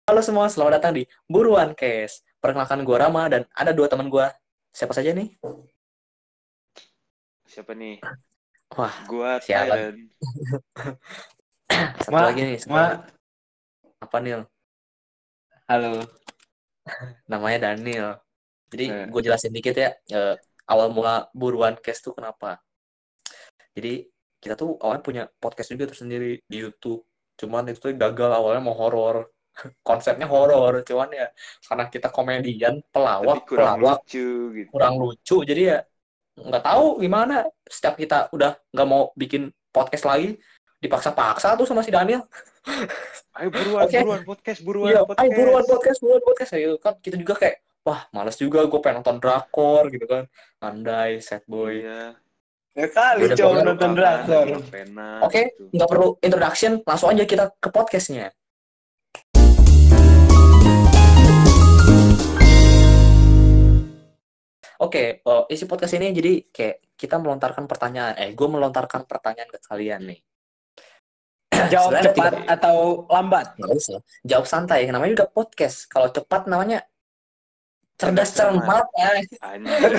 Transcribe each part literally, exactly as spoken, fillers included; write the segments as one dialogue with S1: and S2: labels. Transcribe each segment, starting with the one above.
S1: Halo semua, selamat datang di Buruan Case. Perkenalkan gue Rama dan ada dua teman gue. Siapa saja nih?
S2: Siapa nih?
S1: Wah,
S2: Gua
S1: sialan.
S2: Tyron.
S1: Satu
S3: Ma,
S1: lagi nih. Satu
S3: Ma,
S1: lagi. Apa Nil?
S3: halo.
S1: Namanya Daniel. Jadi
S3: Eh.
S1: gue jelasin dikit ya. eh, awal mula Buruan Case tuh kenapa? Jadi kita tuh awalnya punya podcast juga tersendiri di YouTube. Cuman itu tuh gagal, awalnya mau horor. Konsepnya horor, cuman ya karena kita komedian,
S2: Tapi
S1: pelawak,
S2: kurang
S1: pelawak
S2: lucu gitu.
S1: kurang lucu, jadi ya nggak tahu gimana. Setiap kita udah nggak mau bikin podcast lagi, dipaksa-paksa tuh sama si Daniel.
S2: Ayo buruan,
S1: Oke,
S2: buruan podcast, buruan
S1: iya,
S2: podcast.
S1: ayo buruan podcast, buruan podcast. Ayo kan kita juga kayak, wah males juga, gue pengen nonton drakor gitu kan. Andai, sad boy.
S2: Iya.
S3: Ya kali
S1: Udah,
S3: cowok
S1: pokoknya-
S3: nonton
S2: Makan,
S3: drakor.
S2: lagi pena,
S1: Oke,
S2: gitu.
S1: nggak perlu introduction, langsung aja kita ke podcastnya. Oke, oh, isi podcast ini jadi kayak kita melontarkan pertanyaan. Eh, gue melontarkan pertanyaan ke kalian nih.
S3: Jawab
S1: Sebenarnya
S3: cepat
S1: tiga-
S3: atau lambat?
S1: Nggak usah. Jawab santai. Namanya juga podcast. Kalau cepat namanya cerdas
S2: Cerdas
S1: cermat. Ya.
S2: Anjir.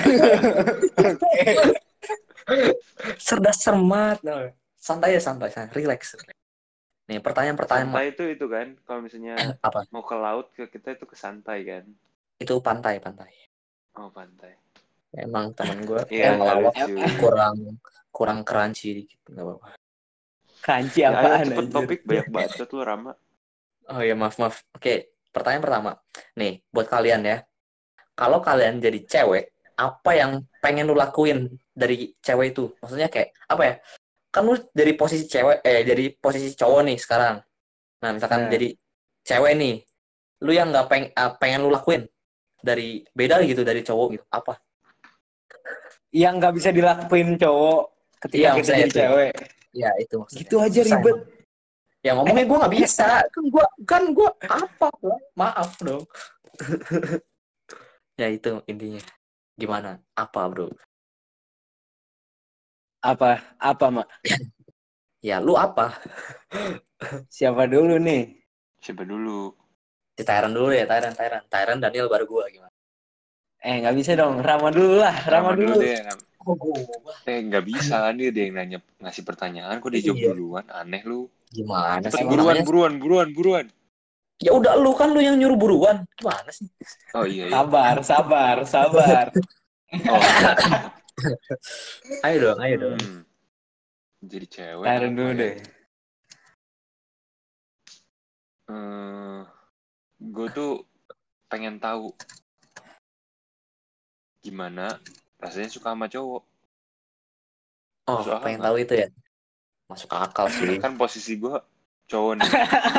S1: Cerdas cermat. Nah, santai ya, santai. santai. Relax. relax. Nih, pertanyaan-pertanyaan.
S2: Santai itu itu kan, kalau misalnya
S1: Apa?
S2: mau ke laut ke kita itu ke santai kan.
S1: Itu pantai, pantai.
S2: Oh, pantai.
S1: Emang temen gue
S2: Iya,
S1: yang ngelawak
S2: lucu.
S1: kurang kurang crunchy dikit. Nggak apa-apa.
S3: Kanci
S2: Ya, ayo
S3: apaan
S2: cepet
S3: anjir?
S2: topik, banyak bacot lu Rama.
S1: Oh iya, maaf, maaf. Oke, pertanyaan pertama. Nih, buat kalian ya. Kalau kalian jadi cewek, apa yang pengen lu lakuin dari cewek itu? Maksudnya kayak, apa ya? Kan lu dari posisi cewek, eh, dari posisi cowok nih sekarang. Nah, misalkan
S3: Nah.
S1: jadi cewek nih. Lu yang nggak peng, ah, pengen lu lakuin? Dari, beda gitu dari cowok gitu. Apa?
S3: Yang nggak bisa dilakuin cowok ketika
S1: Iya,
S3: kita
S1: maksudnya
S3: jadi
S1: itu.
S3: cewek.
S1: Ya, itu maksudnya.
S3: Gitu aja
S1: Susah
S3: ribet.
S1: emang. Ya ngomongnya gue nggak bisa. Kan gue, kan gue apa? Bro? Maaf dong. Ya itu intinya. Gimana? Apa bro?
S3: Apa? Apa, Mak?
S1: Ya lu apa?
S3: Siapa dulu nih?
S2: Siapa dulu?
S1: Si Tyron dulu ya, Tyron, Tyron. Tyron, Daniel baru gue gimana?
S3: Eh, nggak bisa dong. Rama dulu lah. Rama,
S2: Rama dulu
S3: dulu.
S2: deh.
S1: Oh, gue.
S2: Eh, nggak bisa kan dia, dia yang nanya ngasih pertanyaan, kok dia jawab
S1: Iya.
S2: duluan? Aneh lu.
S1: Gimana
S2: Cepet
S1: sih?
S2: buruan,
S1: Namanya-
S2: buruan, buruan, buruan.
S1: Ya udah lu kan lu yang nyuruh buruan. Gimana sih?
S2: Oh iya, iya.
S3: Sabar, sabar, sabar.
S2: Oh,
S1: Ayo dong, ayo dong.
S2: hmm. Jadi cewek.
S3: Taruh
S2: apa
S3: dulu
S2: ya?
S3: deh.
S2: Hmm, gue tuh pengen tahu gimana rasanya suka sama cowok.
S1: Oh,
S2: Masuk akal
S1: pengen
S2: nggak?
S1: tahu itu ya? Masuk akal sih.
S2: Kan posisi gue cowok nih.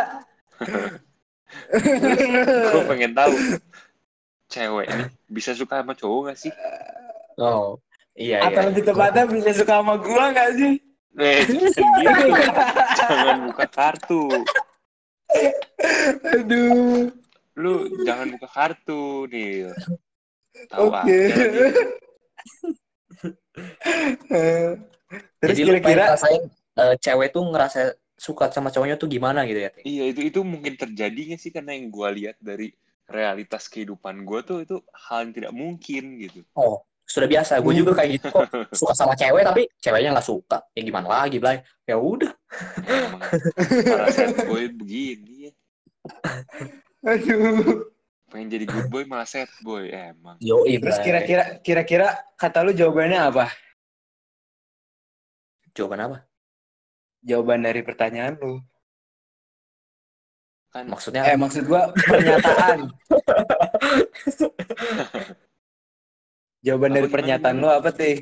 S2: Gue pengen tahu cewek nih bisa suka sama cowok nggak sih?
S1: Oh, iya
S3: Atau
S1: iya.
S3: lebih tepatnya bisa suka sama gua nggak sih?
S2: Eh, jangan gitu. Jangan buka kartu.
S3: Aduh.
S2: Lu jangan buka kartu nih. Tahu
S3: Oke.
S2: aja lagi.
S3: Terus
S1: Jadi lu pengen
S3: kira-kira
S1: ngerasain eh, cewek tuh ngerasa suka sama cowoknya tuh gimana gitu ya? Teh?
S2: Iya, itu itu mungkin terjadinya sih karena yang gue lihat dari realitas kehidupan gue tuh itu hal yang tidak mungkin gitu.
S1: Oh, sudah biasa. Gue juga kayak gitu kok. Suka sama cewek tapi ceweknya nggak suka. Ya gimana lagi, Blay? Ya udah.
S2: Emang para sad boy begini ya.
S3: Aduh.
S2: Pengen jadi good boy malah sad boy emang.
S1: Yo,
S3: Terus kira-kira kira-kira kata lu jawabannya apa?
S1: Jawaban apa?
S3: Jawaban dari pertanyaan lu.
S2: Kan
S1: Maksudnya
S3: Eh maksud gua pernyataan. Jawaban
S2: Apa
S3: dari
S2: gimana,
S3: pernyataan
S2: gimana?
S3: lu apa, Teh?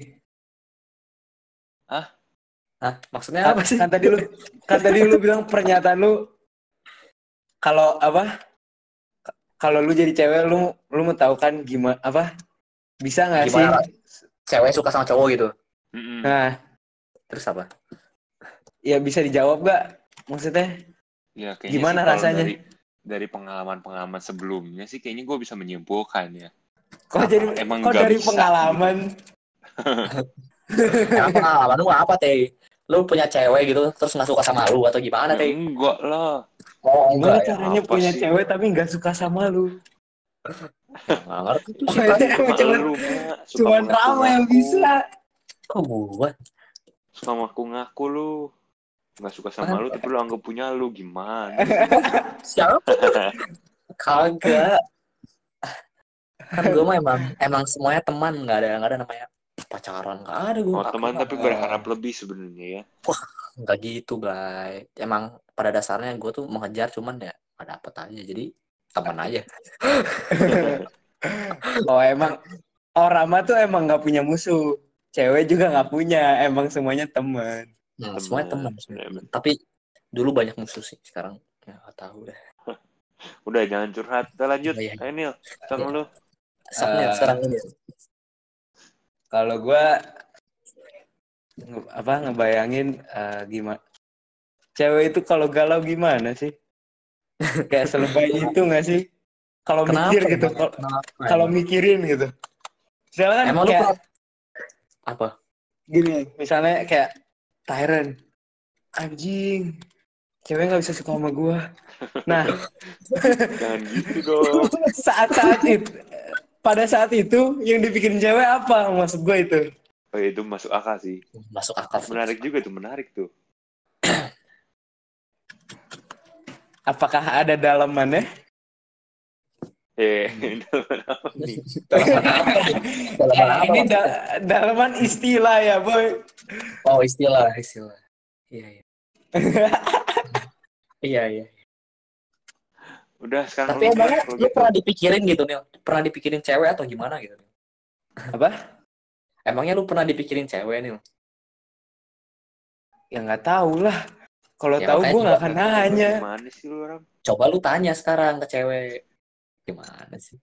S1: Hah? Maksudnya
S3: Kan,
S1: apa sih?
S3: kan tadi lu kan tadi lu bilang pernyataan lu kalau apa? K- Kalau lu jadi cewek lu lu mau tahu kan gimana apa? Bisa nggak sih?
S1: Gimana? Cewek suka sama cowok gitu.
S2: mm-mm.
S3: Nah,
S1: Terus apa?
S3: ya bisa dijawab gak? Maksudnya
S2: Ya kayaknya
S3: gimana
S2: sih kalau
S3: rasanya?
S2: dari dari pengalaman-pengalaman sebelumnya sih kayaknya gue bisa menyimpulkan ya.
S3: Kok jadi
S2: Emang
S3: kok
S2: nggak
S3: dari
S2: bisa,
S3: pengalaman?
S1: Emang pengalaman lu apa, Teh? Lu punya cewek gitu terus nggak suka sama lu atau gimana,
S2: Ya
S1: Teh?
S2: enggak lah.
S1: Oh,
S3: Gimana
S1: enggak ya.
S3: caranya
S2: Apa
S3: punya
S2: sih?
S3: cewek tapi nggak suka sama lu?
S1: Nggak ngerti tuh
S3: Oh,
S1: si tadi.
S3: emang
S2: Sama
S3: cuman
S2: lu, Mak. Suka
S3: cuman Rama yang
S2: mengaku-ngaku.
S3: bisa.
S1: Kok gua?
S2: Suka ngaku-ngaku lu. Nggak suka sama lu, tapi lu anggap punya lu. Gimana sih?
S1: Siapa tuh? Kagak. Kan gue mah emang emang semuanya teman, nggak ada nggak ada namanya pacaran, nggak ada gue
S2: Oh,
S1: nggak
S2: teman
S1: pernah.
S2: tapi berharap lebih sebenarnya ya.
S1: Nggak gitu, Blay. Emang pada dasarnya gue tuh mengejar, cuman ya nggak dapet aja, jadi teman aja.
S3: Oh emang oh Rama tuh emang nggak punya musuh. Cewek juga nggak punya. Emang semuanya teman.
S1: Nah,
S2: Temen.
S1: semuanya teman, semuanya
S2: Bener-bener.
S1: teman. Tapi dulu banyak musuh sih, sekarang ya nggak tahu deh.
S2: Udah, jangan curhat. Udah lanjut.
S1: Oh, iya.
S2: Ayo, Nil. Sekarang
S1: Iya.
S2: lu.
S1: Soknya
S3: Eh,
S1: sekarang ini.
S3: Kalau gue apa ngebayangin eh, gimana? Cewek itu kalau galau gimana sih? Kayak selebay itu nggak sih? Kalau
S1: Kenapa
S3: mikir gitu,
S1: emang?
S3: kalau
S1: Kenapa
S3: kalau
S1: emang?
S3: mikirin gitu. Misalnya kan
S1: Emang lu
S3: kayak
S1: pernah apa?
S3: gini, misalnya kayak Tyron, anjing, cewek nggak bisa suka sama gue. Nah,
S2: Jangan gitu dong.
S3: saat-saat itu, pada saat itu yang dipikirin cewek apa? Maksud gue itu.
S2: Oh, itu masuk akal sih.
S1: Masuk akal sih.
S2: Menarik juga tuh, menarik tuh.
S3: Apakah ada dalamannya?
S2: Eh, dalaman apa nih?
S1: Dalaman apa nih? Dalaman
S3: Eh,
S1: apa
S3: ini
S1: maksudnya?
S3: da- dalaman istilah ya, boy.
S1: Oh, istilah, istilah. Iya, iya. Iya, iya.
S2: Udah, sekarang
S1: Tapi
S2: lu
S1: emangnya
S2: kalau
S1: lu
S2: gitu.
S1: pernah dipikirin gitu, Nil? Pernah dipikirin cewek atau gimana gitu?
S3: Apa?
S1: Emangnya lu pernah dipikirin cewek, Nil?
S3: Ya nggak tahu lah. Kalau
S1: Ya,
S3: tahu
S1: makanya
S3: gue nggak
S1: coba-
S3: akan nanya.
S2: Gimana sih lu orang?
S1: Coba lu tanya sekarang ke cewek. Gimana sih?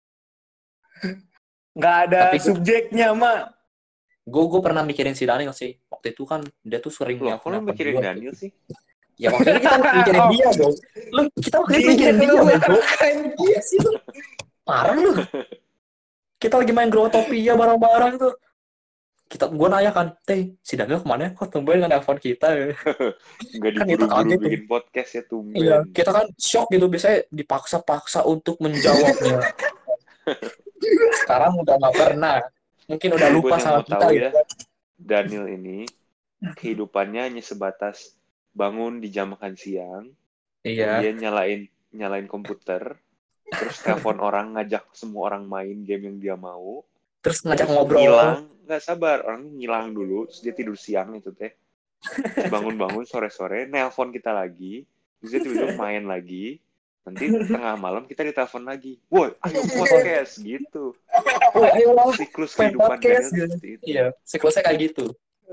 S3: Nggak ada
S1: Tapi gua-
S3: subjeknya, Mak.
S1: Gue gue pernah mikirin si Daniel sih. Waktu itu kan dia tuh sering
S2: Loh, kok lu
S1: nelfon-nelfon
S2: mikirin
S1: gua.
S2: Daniel sih?
S1: Ya waktu itu kita mikirin
S3: Oh.
S1: dia dong. Lu kita waktu itu mikirin dia, bego. Iya sih lu. Parah lu. Kita lagi main Growtopia bareng-bareng tuh. Kita gue nanya kan, "Teh, si Daniel kemana? Kok tumben nggak nelfon kita?"
S2: Nggak
S1: Kan kita
S2: diburu-buru
S1: kaget tuh.
S2: bikin podcast ya, tumben.
S1: Iya, kita kan shock gitu, biasanya dipaksa-paksa untuk menjawabnya. Sekarang udah nggak pernah. Mungkin udah lupa
S2: Buat yang
S1: sama
S2: mau
S1: kita
S2: tahu
S1: gitu.
S2: ya, Daniel ini kehidupannya hanya sebatas bangun di jam makan siang,
S1: Iya.
S2: kemudian nyalain nyalain komputer, terus telepon orang, ngajak semua orang main game yang dia mau,
S1: Terus ngajak
S2: terus
S1: ngobrol.
S2: ngilang, nggak sabar, orang ngilang dulu, terus dia tidur siang itu teh, terus bangun-bangun sore-sore, nelpon kita lagi, terus dia tidur main lagi, nanti tengah malam kita ditelepon lagi, woi ayo podcast gitu,
S1: Woi, ayolah.
S2: siklus
S1: Pengen
S2: kehidupan
S1: podcast,
S2: Daniel
S1: gitu.
S2: seperti itu.
S1: Iya, siklusnya kayak gitu.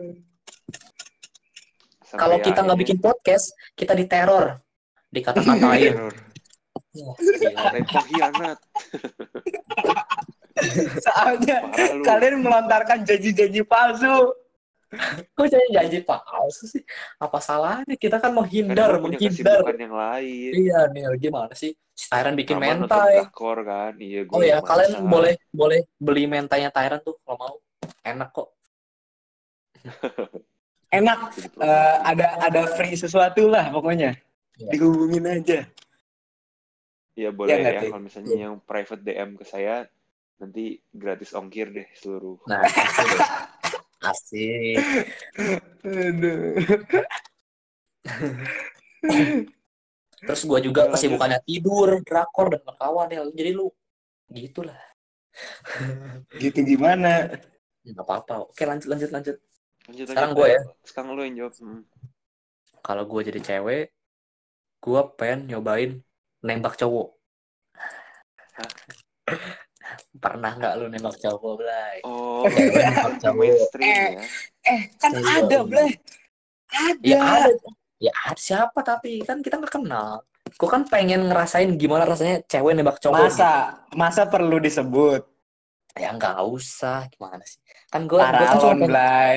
S2: Sampai
S1: Kalau kita nggak
S2: akhirnya
S1: bikin podcast, kita diteror, dikata-katain.
S2: teror.
S1: Wah,
S2: Kayak pengkhianat.
S3: Soalnya
S2: Parah lu.
S3: kalian melontarkan janji-janji palsu.
S1: Kok jadi janji palsu sih? Apa salahnya? Kita kan
S2: Kan
S1: menghindar,
S2: gua punya
S1: menghindar.
S2: kesibukan yang lain.
S1: Iya, nih gimana sih? Si Tyron bikin
S2: Sama nonton
S1: mentai.
S2: drakor kan. Iya, gue
S1: Oh ya,
S2: nggak
S1: kalian
S2: masalah.
S1: boleh boleh beli mentainya Tyron tuh kalau mau. Enak kok.
S3: Enak.
S2: Jadi
S3: Eh,
S2: promosi.
S3: ada ada free sesuatu lah pokoknya.
S1: Iya.
S3: Dihubungin aja.
S2: Iya boleh
S3: nggak,
S2: ya,
S3: Teh?
S2: kalau misalnya yang private D M ke saya, nanti gratis ongkir deh seluruh.
S1: Nah, asik. Asik.
S3: Aduh.
S1: Terus gue juga kesibukannya tidur, drakor dan kawan ya. Jadi lu gitulah.
S3: Gitu gimana?
S1: Nggak apa-apa. Oke, lanjut lanjut lanjut.
S2: Lanjut,
S1: Sekarang
S2: lanjut,
S1: gue
S2: ayo.
S1: ya.
S2: Sekarang lu yang jawab. Hmm.
S1: Kalau gue jadi cewek, gue pengen nyobain nembak cowok. Pernah nggak lu nembak cowok, Blay?
S2: Oh,
S1: Cewek nembak cowok.
S2: mainstream ya.
S3: Eh, kan
S1: Iya.
S3: ada, Bleh. Ada.
S1: Ya ada. Ya ada siapa tapi kan kita nggak kenal. Gue kan pengen ngerasain gimana rasanya cewek nembak cowok.
S3: Masa, masa perlu disebut?
S1: Gitu. Ya nggak usah, gimana sih? Kan gue kan cuma
S3: Paralon,
S1: pengen.
S3: Blay.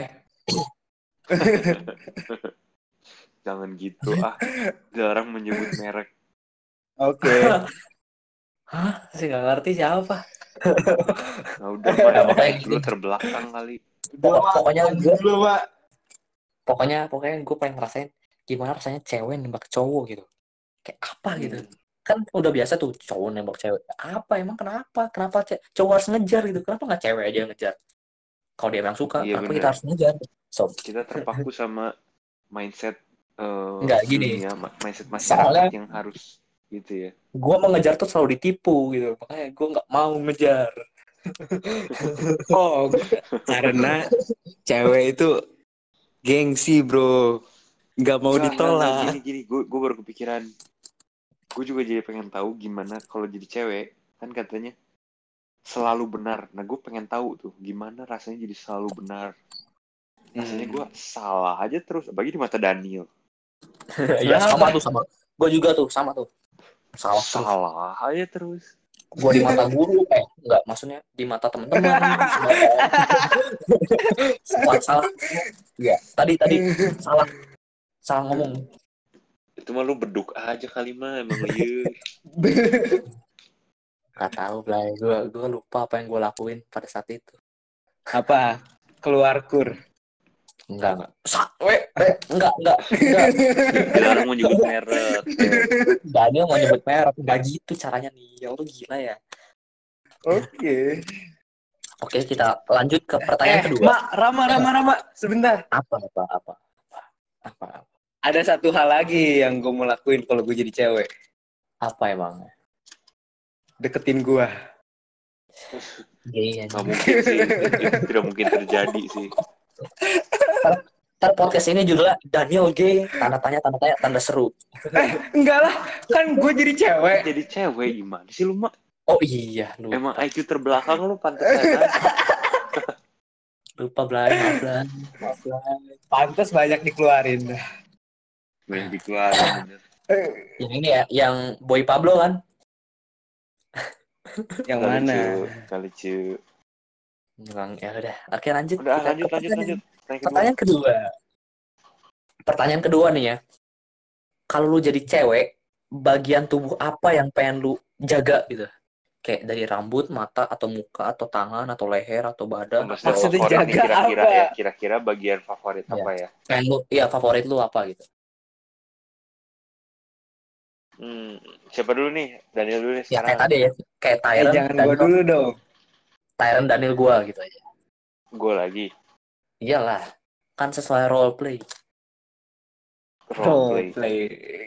S2: Jangan gitu ah. Jarang menyebut merek.
S3: Oke.
S1: Hah? Sih nggak ngerti siapa.
S2: Nah udah pada
S1: Pokoknya
S2: lu
S1: gitu.
S2: terbelakang kali.
S1: Pokok- pokoknya gue
S3: Dulu, Pak.
S1: pokoknya pokoknya gue pengen ngerasain gimana rasanya cewek nembak cowok gitu. Kayak apa gitu.
S2: Hmm.
S1: Kan udah biasa tuh cowok nembak cewek. Apa emang kenapa? Kenapa ce- cowok harus ngejar gitu? Kenapa nggak cewek aja yang ngejar? Kalau dia emang suka,
S2: Iya
S1: kenapa kita
S2: benar.
S1: harus ngejar? So,
S2: Kita terpaku sama mindset eh,
S1: nggak gini.
S2: dunia, ma- mindset masyarakat
S1: Soalnya
S2: yang harus gitu ya.
S1: gue mau ngejar tuh selalu ditipu gitu. Makanya gue nggak mau ngejar.
S3: Oh, karena cewek itu gengsi, bro. Nggak mau
S2: Enggak, enggak, enggak,
S3: ditolak.
S2: gini, gini. Gue gue baru kepikiran. Gue juga jadi pengen tahu gimana kalau jadi cewek. Kan katanya selalu benar. Nah, gue pengen tahu tuh gimana rasanya jadi selalu benar. Rasanya gue salah aja terus. Apalagi di mata Daniel.
S1: Iya sama
S3: Kenapa?
S1: tuh sama. Gue juga tuh sama tuh. Salah terus.
S2: Salah aja terus.
S1: Gue di mata guru, eh enggak, maksudnya di mata teman-teman. salah salah. Iya, tadi tadi salah salah ngomong.
S2: Itu mah lu beduk aja kali mah emang liur.
S1: Gak tahu lah, gue gue lupa apa yang gue lakuin pada saat itu.
S3: Apa? Keluar kur.
S1: Enggak enggak. Sa, we, we, enggak enggak enggak.
S2: Dilarang mau nyebut merek.
S1: Daniel mau nyebut merek, enggak gitu caranya nih. Ya lu gila ya.
S3: Oke.
S1: Oke, kita lanjut ke pertanyaan
S3: Eh,
S1: kedua.
S3: Mak, Rama, Rama, Rama. Sebentar.
S1: Apa apa apa apa apa
S3: Ada satu hal lagi yang gue mau lakuin kalau gue jadi cewek.
S1: apa emang?
S3: Deketin gue.
S1: Iya.
S2: Nggak mungkin sih. Itu tidak mungkin terjadi sih.
S1: Ntar podcast ini judulnya Daniel G, tanda tanya, tanda tanya, tanda seru.
S3: Enggak lah, kan gue jadi cewek.
S2: Jadi cewek gimana sih lu, Mak?
S1: Oh iya, lupa.
S2: Emang I Q terbelakang lu pantas aja.
S1: Lupa, Blay, maaf, Blay. Maaf, Blay.
S3: Pantes banyak dikeluarin.
S2: Banyak dikeluarin bener.
S1: Yang ini ya, yang Boy Pablo kan?
S3: Yang
S2: Nggak
S3: mana?
S2: lucu, nggak lucu.
S1: Bang, ya udah. Oke, lanjut.
S2: Udah
S1: Kita
S2: lanjut
S1: ke
S2: lanjut
S1: pertanyaan.
S2: lanjut. Pertanyaan kedua.
S1: Pertanyaan kedua. Pertanyaan kedua nih ya. Kalau lu jadi cewek, bagian tubuh apa yang pengen lu jaga gitu? Kayak dari rambut, mata, atau muka, atau tangan, atau leher, atau badan.
S2: Maksudnya
S1: Atau
S3: Maksudnya
S2: favorit nih
S3: jaga
S2: kira-kira
S3: apa?
S2: ya, kira-kira bagian favorit
S1: Iya.
S2: apa ya?
S1: pengen lu, iya favorit lu apa gitu?
S2: Hmm, siapa dulu nih? Daniel dulu nih
S1: Ya
S2: sekarang.
S1: kayak tadi ya, kayak
S3: Eh,
S1: Tyron,
S3: jangan gue
S1: Daniel,
S3: dulu dong.
S1: Tyron Daniel gua gitu aja.
S2: Gue lagi.
S1: Iyalah, kan sesuai role play.
S2: Role play.
S3: play.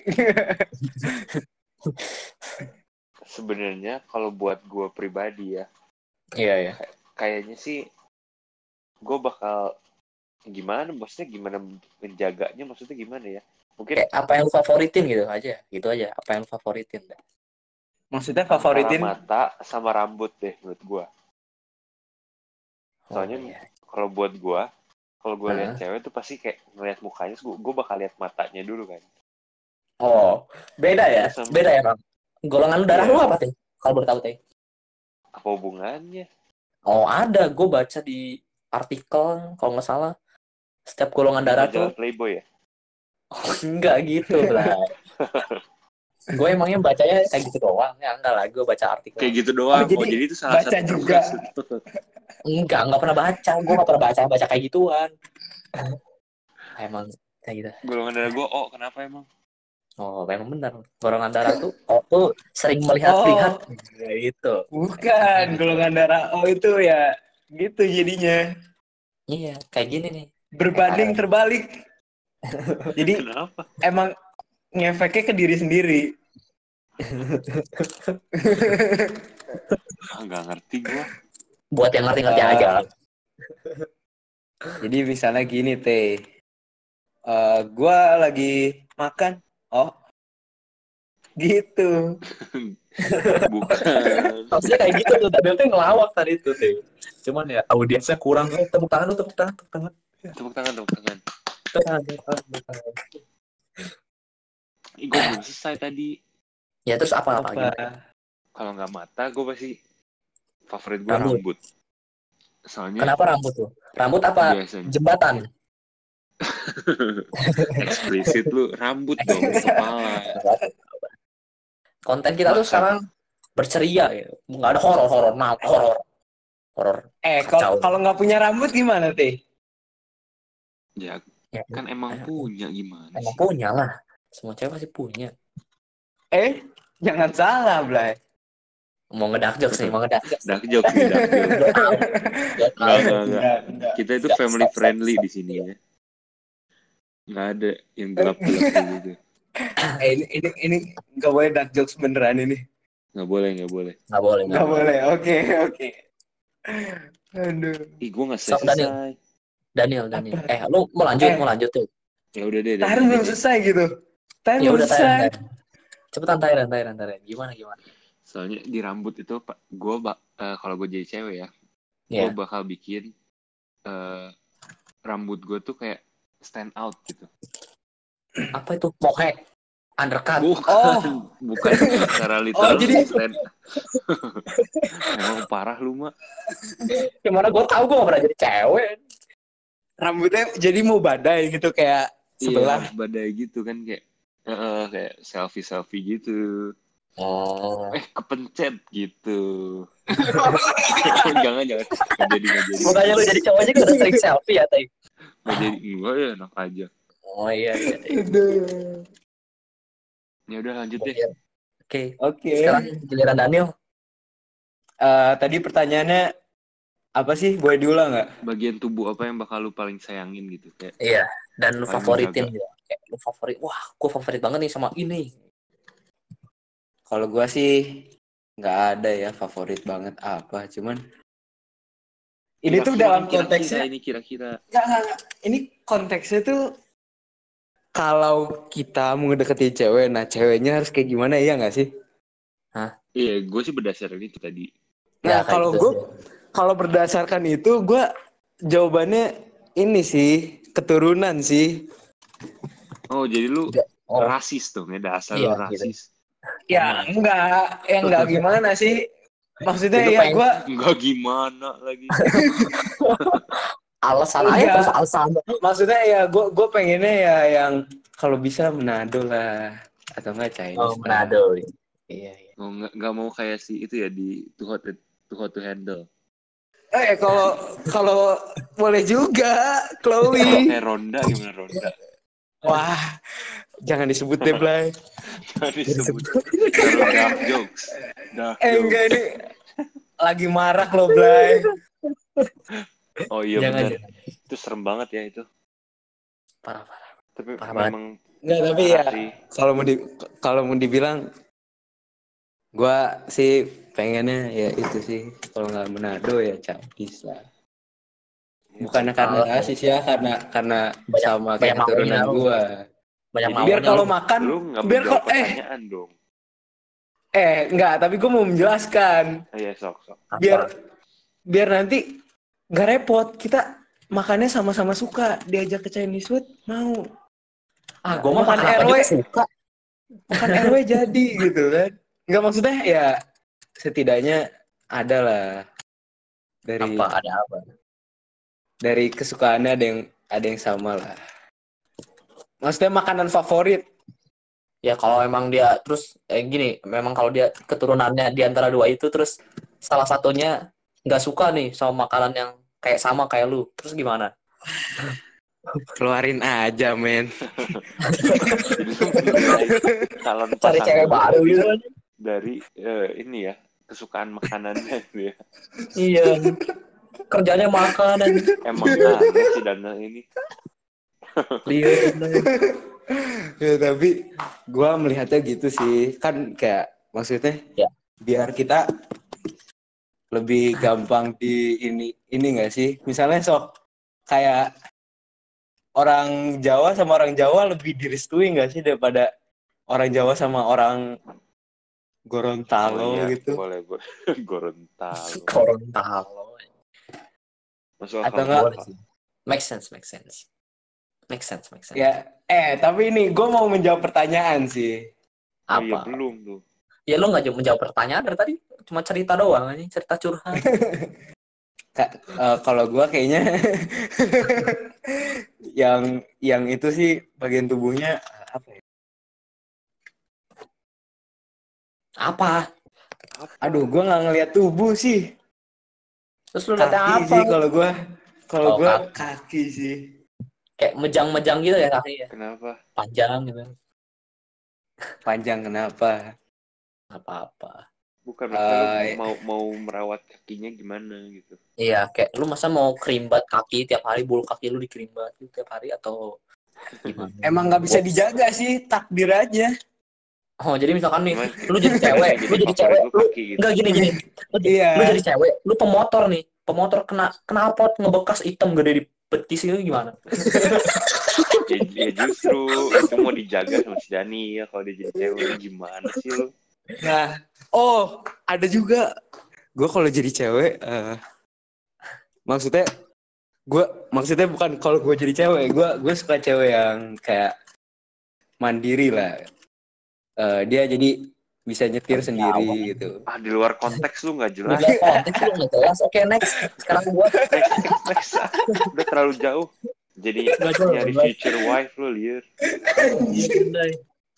S2: Sebenarnya kalau buat gue pribadi ya,
S1: Iya ya.
S2: kayaknya sih gue bakal gimana? Maksudnya gimana menjaganya? Maksudnya gimana ya? Mungkin
S1: Kayak apa yang lu favoritin gitu aja, gitu aja. Apa yang lu favoritin? Dah.
S3: Maksudnya
S2: antara
S3: favoritin?
S2: mata sama rambut deh menurut gue.
S1: Oh,
S2: Soalnya
S1: iya.
S2: kalau buat gue, kalau gue
S1: Heeh.
S2: lihat cewek tuh pasti kayak ngeliat mukanya, gue gue bakal lihat matanya dulu kan.
S1: Oh, beda ya,
S2: Terus sama-
S1: beda ya bang. Golongan darah
S2: Iya.
S1: lu apa teh? Kalau boleh tahu teh?
S2: Apa hubungannya?
S1: Oh ada, gue baca di artikel kalau nggak salah. Setiap golongan
S2: Di
S1: darah
S2: majalah
S1: tuh
S2: Playboy ya?
S1: enggak gitu lah. Gue emangnya bacanya kayak gitu doang. Ya enggak lah, gue baca artikel.
S2: Kayak gitu doang.
S3: Oh, jadi
S2: Oh, jadi itu salah
S3: baca
S2: satu
S3: juga.
S1: Enggak, enggak pernah baca. Gue enggak pernah baca baca kayak gituan. Emang kayak gitu.
S2: Golongan darah gue, oh kenapa emang?
S1: Oh, memang benar. Golongan darah tuh oh tuh sering melihat-lihat
S3: Oh.
S1: kayak gitu.
S3: Bukan golongan darah O itu ya gitu jadinya.
S1: Iya, kayak gini nih.
S3: Berbanding
S1: Kayak
S3: terbalik. Jadi
S2: Kenapa?
S3: emang ngefeknya ke diri sendiri.
S2: Ah, nggak ngerti gue.
S1: buat yang ngerti-ngerti
S3: Uh,
S1: aja.
S3: Jadi misalnya gini teh, uh, gue lagi makan, oh gitu.
S2: Bukan.
S1: Maksudnya kayak gitu tuh, Daniel tuh ngelawak tadi tuh tuh. Cuman ya audiensnya kurang. Eh, tepuk tangan lu, tepuk tangan, tepuk tangan.
S2: Tepuk tangan, tepuk tangan.
S1: Tepuk tangan, tepuk tangan, tepuk tangan.
S2: Ih, gue belum selesai tadi.
S1: Ya terus apa apa
S3: Apa?
S1: gimana?
S2: Kalau nggak mata, gue pasti favorit gue
S1: Rambut.
S2: rambut. Soalnya
S1: Kenapa rambut tuh? Rambut apa?
S2: biasanya
S1: Jembatan.
S2: eksplisit lu, rambut dong, kepala.
S1: Konten kita tuh
S2: Masa?
S1: sekarang berceria gitu. Nggak ada horor-horor, nah horor. Horor.
S3: Eh
S1: Kacau.
S3: kalau kalau nggak punya rambut gimana teh?
S2: Ya
S1: Ya,
S2: kan emang punya gimana
S1: emang
S2: sih?
S1: punya lah. Semua cewek pasti punya.
S3: Eh, jangan salah, Blay.
S1: Mau ngedak jokes nih, mau ngedak jokes.
S2: Dark jokes nih, dark jokes.
S1: Gak tahu. Gak tahu.
S2: Enggak, enggak, enggak.
S3: Enggak, enggak.
S2: Kita itu
S1: Stop,
S2: family
S1: stop, stop,
S2: friendly
S1: stop.
S2: di sini ya. Nggak ada yang gelap-gelap kayak gitu.
S3: Eh, ini ini ini nggak boleh dark jokes beneran ini.
S2: Nggak boleh, nggak boleh.
S1: Nggak boleh, nggak
S3: Nggak
S1: boleh.
S3: boleh. Oke, oke. Aduh.
S2: Ih, gue nggak
S1: Sok, Daniel.
S2: selesai.
S1: Daniel, Daniel.
S3: Apa?
S1: Eh, lu mau lanjut,
S3: Eh.
S1: mau lanjut tuh.
S2: Ya udah deh.
S3: Tahan belum selesai gitu. Tahan
S1: Ya
S3: belum
S1: udah,
S3: selesai.
S1: Tayran, Tayran. Cepetan, Tayran, Tayran, Tayran. Gimana, gimana?
S2: Soalnya di rambut itu, Pak, gue bak uh, kalau gue jadi cewek ya,
S1: Iya.
S2: gue bakal bikin uh, rambut gue tuh kayak stand out gitu.
S1: Apa itu? Mohawk. Undercut.
S2: Bukan,
S3: Oh.
S2: bukan secara literal.
S3: Oh, jadi-
S2: stand. Emang parah lu, Mak.
S1: Gimana gue tahu gue gak pernah jadi cewek.
S3: Rambutnya jadi mau badai gitu kayak sebelah.
S2: Iya, badai gitu kan kayak uh, kayak selfie selfie gitu.
S1: Oh.
S2: Eh kepencet gitu. jangan jangan nggak jadi nggak jadi
S1: Makanya lu jadi cowoknya kan udah sering selfie ya, Tay.
S2: nggak jadi enggak ya enak aja.
S1: Oh iya, iya. iya.
S3: Aduh.
S2: Ya udah lanjut deh.
S1: Oke.
S3: Oke.
S1: Sekarang giliran Daniel.
S3: Eh, tadi pertanyaannya apa sih? Boleh diulang nggak?
S2: Bagian tubuh apa yang bakal lu paling sayangin gitu kayak
S1: Iya. Dan lu
S2: Paling
S1: favoritin
S2: menjaga.
S1: gitu. Kayak lu favorit. Wah, gue favorit banget nih sama ini.
S3: Kalau gua sih nggak ada ya favorit banget apa. Cuman ini tuh
S2: Kira-kira
S3: dalam
S2: kan, kira-kira
S3: konteksnya.
S2: ini kira-kira
S3: Nggak, nggak, nggak. Ini konteksnya tuh kalau kita mau ngedeketin cewek, nah ceweknya harus kayak gimana ya nggak sih?
S2: iya gue sih berdasarkan itu tadi.
S3: Nah,
S1: Ya, kayak
S3: kalau
S1: gitu
S3: gue
S1: sih.
S3: kalau berdasarkan itu gue jawabannya ini sih keturunan sih.
S2: Oh jadi lu
S1: Oh,
S2: rasis dong ya dasar
S1: Iya,
S2: lu rasis.
S3: Ya enggak, ya enggak gimana sih? Maksudnya
S1: Itu
S3: ya
S1: pengen-
S3: gue
S2: Enggak gimana lagi.
S1: alasan aja
S3: Enggak.
S1: terus alasan.
S3: maksudnya ya gue gue pengennya ya yang kalau bisa Manado lah atau enggak Chinese.
S1: Oh,
S3: lah.
S1: Manado.
S3: Iya, iya.
S2: Oh, nggak nggak mau kayak si itu ya di Too Hot Too Hot to Handle.
S3: Eh kalau kalau boleh juga
S2: Kalau
S3: Chloe.
S2: kayak Ronda gimana Ronda?
S3: Wah, jangan disebut deh, Blay.
S2: Jangan disebut. Taruh dark jokes. Dark
S3: Eh
S2: jokes.
S3: enggak ini lagi marak loh, Blay.
S2: Oh iya
S1: Jangan,
S2: benar.
S1: jangan.
S2: Itu serem banget ya itu.
S1: Parah, parah.
S2: Tapi
S1: Parah
S2: memang
S3: Enggak, tapi ya
S2: parah sih.
S3: kalau mau di kalau mau dibilang gua sih pengennya ya itu sih kalau nggak Manado ya Chinese lah. Bukan karena
S1: Oh,
S3: rasis ya, karena karena
S1: Banyak-
S3: sama
S1: banyak
S3: kayak keturunan
S1: maunya lu.
S3: gua.
S1: Banyak
S2: Jadi
S1: maunya.
S3: Biar kalau
S1: lu.
S3: makan,
S2: Lu nggak
S3: biar
S2: menjawab
S3: kalau eh
S2: pertanyaan dong.
S3: eh enggak, tapi gua mau menjelaskan
S2: Ah, iya sok sok.
S1: Apa?
S3: biar biar nanti nggak repot kita makannya sama-sama suka diajak ke Chinese food mau
S1: Ah, gue mau
S3: Makan
S1: makan apa
S3: R W.
S1: juga suka.
S3: makan R W jadi gitu kan. Nggak maksudnya ya setidaknya ada lah dari
S1: Apa? Ada apa?
S3: dari kesukaannya ada yang ada yang sama lah. Maksudnya makanan favorit.
S1: Ya kalau emang dia terus eh, gini, memang kalau dia keturunannya di antara dua itu terus salah satunya nggak suka nih sama makanan yang kayak sama kayak lu, terus gimana?
S3: Keluarin aja, men.
S2: Jadi lu menilai calon
S1: Cari
S2: pasangan
S1: cewek
S2: lu
S1: baru gitu kan?
S2: dari eh, ini ya kesukaan makanannya gitu ya.
S1: Iya. Kerjanya makan dan
S2: Emang aneh sih Dana ini.
S1: lihat.
S3: Ya, tapi gua melihatnya gitu sih. Kan kayak maksudnya
S1: Ya.
S3: biar kita lebih gampang di ini ini enggak sih? Misalnya sok kayak orang Jawa sama orang Jawa lebih direstui enggak sih daripada orang Jawa sama orang Gorontalo
S2: iya,
S3: gitu?
S2: boleh boleh. Gorontalo.
S1: Gorontalo.
S2: Masuk
S3: Atau
S2: akal.
S3: enggak?
S1: Boleh sih. Make sense, make sense. Make sense, make sense.
S3: Ya, eh tapi ini gue mau menjawab pertanyaan sih.
S2: Oh, iya
S1: Apa?
S2: belum tuh.
S1: Ya lu nggak menjawab pertanyaan dari tadi, cuma cerita doang aja, cerita curhat.
S3: Ka- eh, kalau gue kayaknya yang yang itu sih bagian tubuhnya apa ya?
S1: Apa?
S3: Aduh, gue nggak ngeliat tubuh sih.
S1: Terus lu lihatnya
S3: Kaki
S1: apa?
S3: sih kalau gue, kalau
S1: Oh,
S3: gue
S1: kaki.
S3: kaki sih.
S1: Kayak mejang-mejang gitu ya kaki ya,
S2: Kenapa?
S1: panjang gitu.
S3: Panjang kenapa?
S1: Nggak apa-apa.
S2: Bukan masalah
S3: Eh,
S2: mau mau merawat kakinya gimana gitu.
S1: Iya, kayak lu masa mau kerimbat kaki tiap hari, bulu kaki lu dikerimbat gitu tiap hari atau gimana?
S3: Emang nggak bisa
S1: Box.
S3: dijaga sih, takdir aja.
S1: Oh, jadi misalkan nih,
S2: Cuman
S1: lu jadi
S2: kadang
S1: cewek,
S2: yang
S1: lu jadi
S2: favorit
S1: cewek,
S2: lu
S1: lu
S2: kaki gitu.
S1: enggak gini-gini. Lu,
S3: Iya.
S1: lu jadi cewek, lu pemotor nih. Pemotor kena knalpot ngebekas hitam gede di betis itu gimana?
S2: Ya, ya justru itu mau dijaga sama si Dani ya, kalau dia jadi cewek gimana sih lu?
S3: Nah, oh ada juga. Gue kalau jadi cewek, eh, maksudnya gue maksudnya bukan kalau gue jadi cewek, gue gue suka cewek yang kayak mandiri lah. Eh, dia jadi bisa nyetir sendiri gitu.
S2: Ah, di luar konteks lu nggak
S1: Di
S2: jelas.
S1: luar konteks lu nggak jelas. Oke, next. Sekarang gua
S2: Next, next, next. Ah, udah terlalu jauh. Jadi
S1: Nggak jauh,
S2: nyari
S1: nggak.
S2: future wife lu liar.
S1: Gila.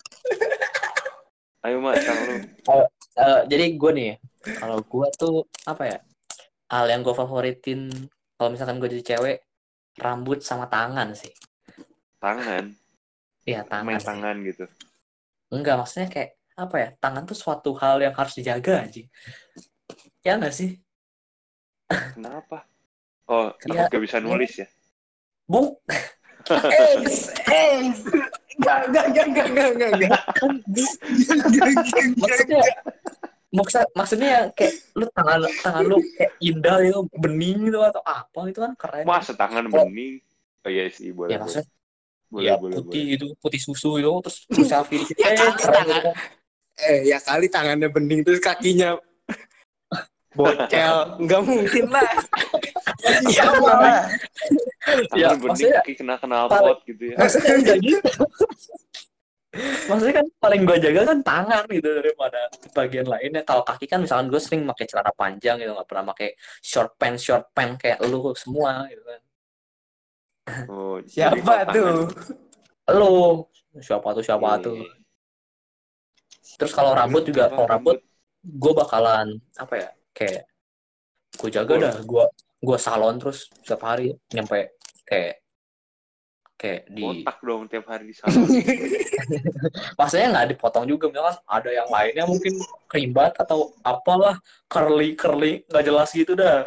S2: Ayo Mas, sekarang lu.
S1: Eh, jadi gue nih, kalau gue tuh apa ya, hal yang gue favoritin kalau misalkan gue jadi cewek, rambut sama tangan sih.
S2: Tangan,
S1: Iya, tangan
S2: main
S1: sih.
S2: tangan gitu.
S1: Enggak, maksudnya kayak apa ya, tangan tuh suatu hal yang harus dijaga aja. Ya nggak sih?
S2: Kenapa? Oh, takut
S1: Ya,
S2: gak bisa nulis ya?
S1: Bu,
S3: Eh, eh, gak, gak, gak, gak, gak, gak, gak.
S1: kan maksudnya maksud maksudnya kayak lu tangan tangan lu kayak indah gitu, bening gitu atau apa itu kan keren.
S2: Masa tangan
S1: Oh.
S2: bening? Oh iya sih, boleh,
S1: Ya
S2: boleh.
S1: maksudnya
S2: Boleh,
S1: ya
S2: boleh,
S1: putih
S2: boleh.
S1: gitu, putih susu itu terus terus selfie dikit.
S3: Ya
S1: Eh,
S3: kali
S1: keren
S3: tangan.
S1: gitu kan.
S3: Eh, ya kali tangannya bening terus kakinya bocel, nggak mungkin lah.
S1: Iya,
S3: Sama lah.
S2: Tangan
S1: Ya,
S2: bening,
S1: maksudnya
S2: kaki kena knalpot gitu ya.
S1: maksudnya enggak gitu. Maksudnya kan paling gue jaga kan tangan gitu daripada bagian lainnya. Kalau kaki kan misalkan gue sering pakai celana panjang gitu, nggak pernah pakai short pants short pants kayak lu semua gitu kan.
S2: Oh, jadi
S3: Siapa
S2: kalau
S3: tuh?
S2: tangan-
S1: Lu siapa tuh siapa
S2: Iya,
S1: tuh.
S2: iya, iya.
S1: Terus kalau rambut juga,
S2: Apa,
S1: kalau rambut gue bakalan apa ya, kayak gue jaga
S2: Full.
S1: dah, gue gue salon terus setiap hari nyampe kayak kayak di
S2: Botak dong tiap hari di salon.
S1: maksudnya nggak dipotong juga, misalkan ada yang lainnya mungkin kerimbat atau apalah, curly curly nggak jelas gitu dah.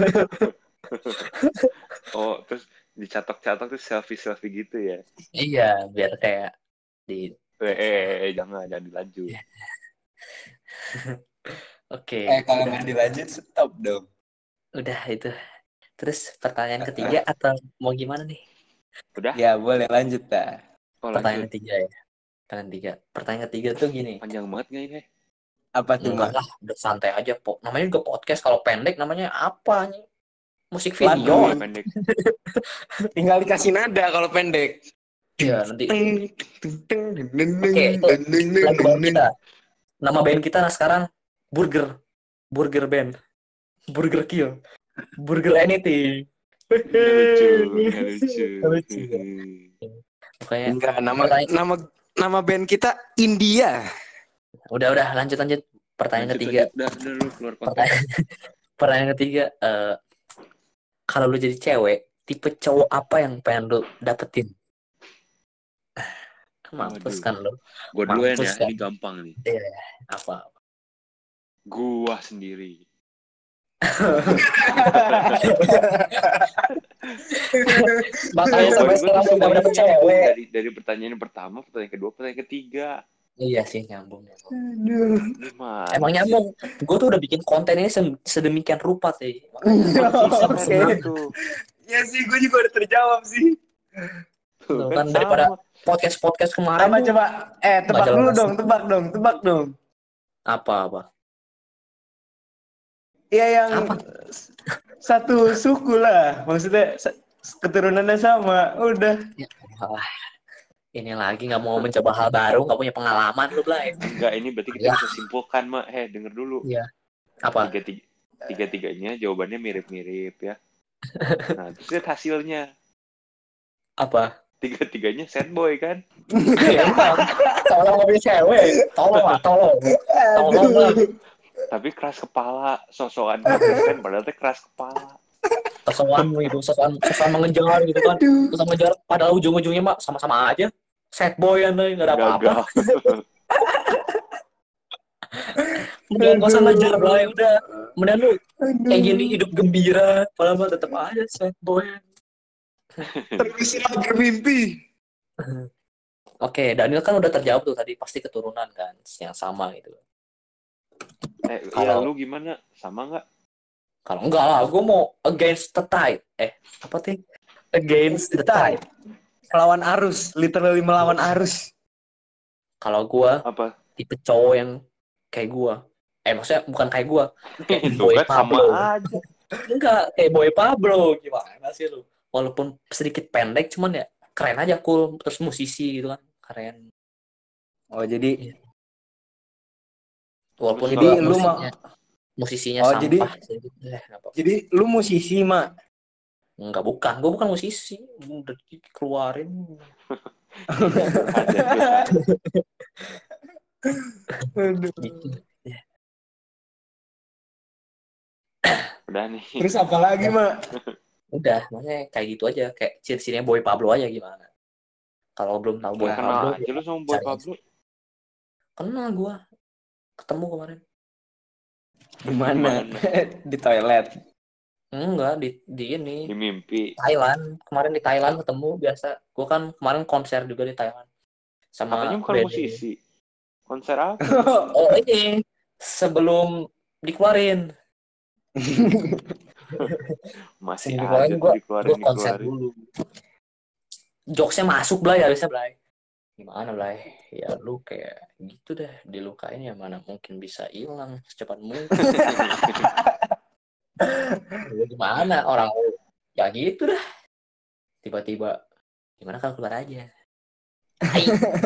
S2: Oh, terus dicatok-catok tuh selfie-selfie gitu ya.
S1: Iya, biar kayak di
S2: Eh, eh, eh, jangan, jangan dilanjut.
S1: oke.
S3: Eh, kalau
S1: udah,
S3: nggak dilanjut, stop dong.
S1: udah itu. Terus pertanyaan ketiga atau mau gimana nih?
S2: Udah?
S3: Ya, boleh lanjut dah.
S2: Oh,
S1: Pertanyaan
S2: lanjut.
S1: ketiga ya. Pertanyaan tiga. Pertanyaan ketiga tuh gini.
S2: Panjang banget nggak ini?
S3: Apa tuh,
S1: Enggak
S3: Mas?
S1: lah, udah santai aja, po. Namanya juga podcast, kalau pendek namanya apa nih? Musik
S3: Lagu.
S1: video.
S2: Boleh pendek.
S3: Tinggal dikasih nada kalau pendek.
S1: Iya, nanti. Oke, itu lagu baru kita. Nama band kita nah sekarang Burger. Burger Band. Burger Kill. Burger Anything.
S2: Nggak lucu, nggak lucu.
S1: Nggak lucu. Pokoknya
S3: Enggak, nama
S1: pertanyaan-
S3: nama nama band kita India.
S1: udah udah lanjut lanjut. Pertanyaan
S2: Lanjut,
S1: ketiga.
S2: lanjut. Udah, udah lu keluar konteks.
S1: Pertanyaan, pertanyaan ketiga, eh, kalau lu jadi cewek, tipe cowok apa yang pengen lu dapetin? Mampus
S2: Waduh.
S1: kan lu?
S2: Gue duluan
S1: Mampus
S2: ya,
S1: kan?
S2: ini gampang nih.
S1: Apa?
S2: Gua sendiri.
S1: Makanya
S2: Jawaban
S1: sampai
S2: gua
S1: sekarang
S2: tuh
S1: belum dapet
S2: semuanya
S1: cewek.
S2: nyambung. Dari, dari pertanyaan yang pertama, pertanyaan kedua, pertanyaan ketiga.
S1: Iya sih, nyambung. nyambung.
S3: Aduh.
S2: Gimana
S1: Emang
S2: sih?
S1: nyambung. Gue tuh udah bikin konten ini se- sedemikian rupa sih.
S2: Susah
S3: Oke.
S2: begitu.
S3: Ya sih, gue juga udah terjawab sih.
S2: Tuh,
S1: Kan
S2: kan
S1: daripada
S2: sama.
S1: podcast-podcast kemarin
S3: Apa
S1: tuh,
S3: coba? Eh, tebak
S1: Nggak
S3: dulu
S1: jelas.
S3: dong, tebak dong, tebak dong.
S1: apa-apa.
S3: Iya yang
S1: Apa?
S3: s- satu suku lah, maksudnya sa- keturunannya sama. Udah.
S1: Ya, alah. Ini lagi nggak mau mencoba hal baru, nggak punya pengalaman lu, Blay.
S2: Enggak, ini berarti kita
S1: Ya.
S2: bisa simpulkan, Mak. Eh, denger dulu.
S1: Iya. Apa?
S2: Tiga, tiga, tiga-tiganya jawabannya mirip-mirip ya. Nah, terus lihat hasilnya.
S1: Apa?
S2: Tiga-tiganya sad boy kan?
S1: Ya, emang. Tolong nggak punya cewek. Tolong lah, tolong. Tolong lah.
S2: Tapi keras kepala, sosokan kan padahal teh keras kepala.
S1: Sosokan gitu, sosokan, sosokan mengejar gitu kan.
S3: Aduh.
S1: Terus mengejar, padahal ujung-ujungnya mah sama-sama aja. Sad boy anda, nggak ada apa-apa.
S2: Gagal.
S1: Mendingan gak usah ngajar lah, udah. Mendingan lu kayak gini
S3: Aduh.
S1: hidup gembira, padahal mah tetap aja sad boy.
S3: Teruslah bermimpi.
S1: Oke, Daniel kan udah terjawab tuh tadi, pasti keturunan kan yang sama gitu.
S2: Eh, ya
S1: Kalau
S2: lu gimana? Sama nggak?
S1: kalau enggak lah, gue mau against the tide. Eh, apa sih? Against the tide.
S3: Melawan arus, literally melawan arus.
S1: Kalau gue
S2: Apa?
S1: tipe cowok yang kayak gue. Eh, maksudnya bukan kayak gue, kayak
S2: Itu
S1: Boy
S2: kan sama
S1: Pablo.
S2: aja.
S1: Enggak, kayak Boy Pablo. Gimana sih lu? Walaupun sedikit pendek, cuman ya keren aja, cool. Terus musisi gitu kan, keren.
S3: Oh, jadi
S1: Iya. Walaupun
S2: Bagus
S3: jadi
S1: juga
S2: lah.
S3: lu mau
S1: musiknya, musisinya
S3: Oh, jadi
S1: sampah. Sih. Eh, apa?
S3: jadi lu musisi, Mak.
S1: Enggak, bukan. Gue bukan musisi. Udah dikeluarin.
S2: Curhat ya, curhat.
S3: Aduh.
S1: Gitu. Ya.
S2: Udah nih.
S3: Terus apa lagi, Mak?
S1: Udah, maksudnya kayak gitu aja. Kayak ciri-cirinya Boy Pablo aja gimana. Kalau belum tahu Boy
S2: Nggak
S1: Pablo,
S2: kenal aja
S1: ya
S2: lu sama Boy
S1: cari aja.
S2: Pablo.
S1: Kenal gue. Ketemu kemarin.
S3: Di mana?
S2: Gimana?
S3: Di toilet.
S1: Enggak, di, di ini.
S2: Di mimpi.
S1: Thailand. Kemarin di Thailand ketemu biasa. Gue kan kemarin konser juga di Thailand.
S2: Katanya
S1: Sama
S2: bukan
S1: band ini.
S2: musisi. Konser apa?
S1: Oh ini. Sebelum dikeluarin.
S2: Masih
S1: Sebelum
S2: aja
S1: dikeluarin
S2: tuh
S1: gue
S2: dikeluarin
S1: gue konser
S2: dikeluarin.
S1: dulu. Jokesnya masuk Blay, habisnya Blay. Gimana Blay? Ya lu kayak gitu deh, dilukain ya mana mungkin bisa hilang secepat mungkin. Ya, gimana orang ya gitu dah. Tiba-tiba gimana kalau keluar aja. Hai.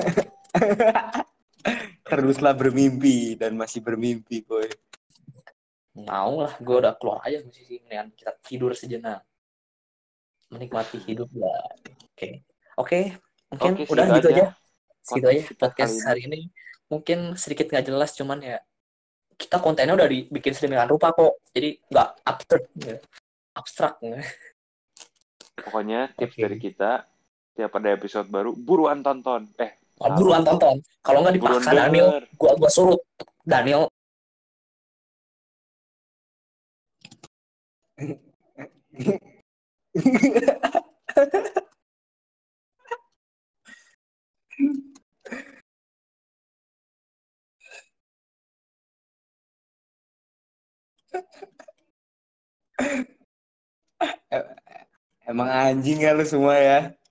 S3: Teruslah bermimpi dan masih bermimpi, boy.
S1: Mau lah, gue udah keluar aja musisi. Mendingan kita tidur sejenak. Menikmati hidup lah. Oke. Oke, mungkin
S2: Oke,
S1: udah
S2: segitu
S1: gitu
S2: aja
S1: aja. Segitu aja
S2: podcast kita
S1: podcast
S2: kali ini.
S1: hari ini. Mungkin sedikit nggak jelas, cuman ya kita kontennya udah dibikin sedemikian rupa kok. Jadi nggak absurd, ya. Abstrak. Ya.
S2: Pokoknya tips
S1: Oke.
S2: dari kita, tiap ada episode baru, buruan tonton. Eh,
S1: Oh,
S2: salah.
S1: buruan tonton. Kalau nggak
S2: Buruan
S1: dipaksa Daniel,
S2: denger.
S1: gua gua suruh Daniel.
S3: Emang anjing ya lu semua ya.